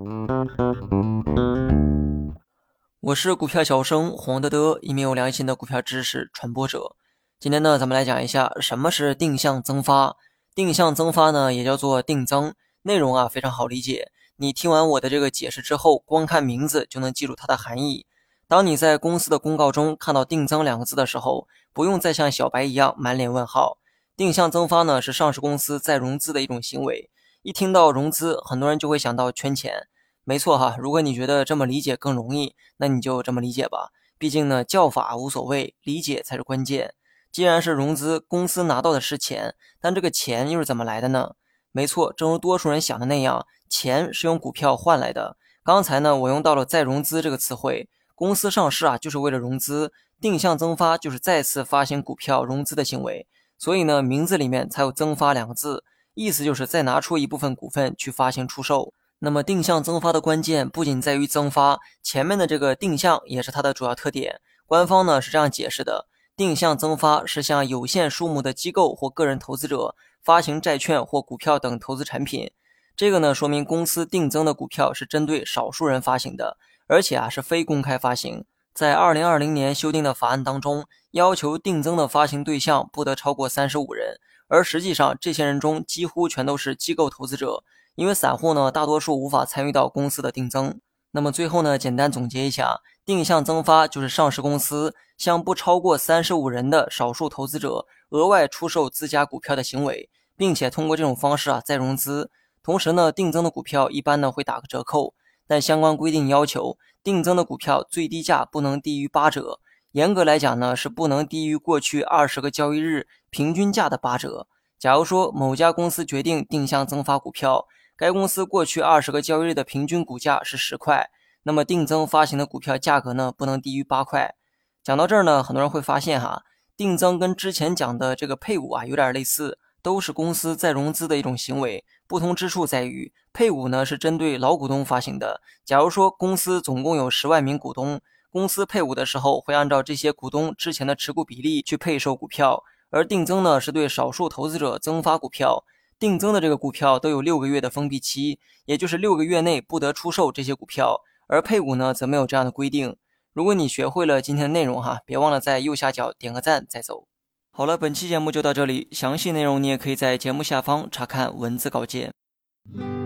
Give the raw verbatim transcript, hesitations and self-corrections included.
我是股票小生黄德德，一名有良心的股票知识传播者。今天呢，咱们来讲一下什么是定向增发。定向增发呢，也叫做定增，内容啊非常好理解。你听完我的这个解释之后，光看名字就能记住它的含义。当你在公司的公告中看到定增两个字的时候，不用再像小白一样满脸问号。定向增发呢，是上市公司再融资的一种行为。一听到融资，很多人就会想到圈钱。没错哈，如果你觉得这么理解更容易，那你就这么理解吧。毕竟呢，叫法无所谓，理解才是关键。既然是融资，公司拿到的是钱，但这个钱又是怎么来的呢？没错，正如多数人想的那样，钱是用股票换来的。刚才呢，我用到了再融资这个词汇。公司上市啊，就是为了融资，定向增发就是再次发行股票融资的行为。所以呢，名字里面才有增发两个字，意思就是再拿出一部分股份去发行出售。那么定向增发的关键不仅在于增发，前面的这个定向也是它的主要特点。官方呢是这样解释的：定向增发是向有限数目的机构或个人投资者发行债券或股票等投资产品。这个呢说明公司定增的股票是针对少数人发行的，而且啊是非公开发行。在二零二零年修订的法案当中，要求定增的发行对象不得超过三十五人，而实际上这些人中几乎全都是机构投资者。因为散户呢，大多数无法参与到公司的定增。那么最后呢，简单总结一下，定向增发就是上市公司向不超过三十五人的少数投资者额外出售自家股票的行为，并且通过这种方式啊再融资。同时呢，定增的股票一般呢会打个折扣，但相关规定要求，定增的股票最低价不能低于八折，严格来讲呢是不能低于过去二十个交易日平均价的八折。假如说某家公司决定定向增发股票，该公司过去二十个交易日的平均股价是十块，那么定增发行的股票价格呢不能低于八块。讲到这儿呢，很多人会发现哈，定增跟之前讲的这个配股啊有点类似，都是公司再融资的一种行为，不同之处在于配股呢是针对老股东发行的。假如说公司总共有十万名股东，公司配股的时候会按照这些股东之前的持股比例去配售股票，而定增呢是对少数投资者增发股票。定增的这个股票都有六个月的封闭期，也就是六个月内不得出售这些股票，而配股呢则没有这样的规定。如果你学会了今天的内容哈，别忘了在右下角点个赞再走。好了，本期节目就到这里，详细内容你也可以在节目下方查看文字稿件。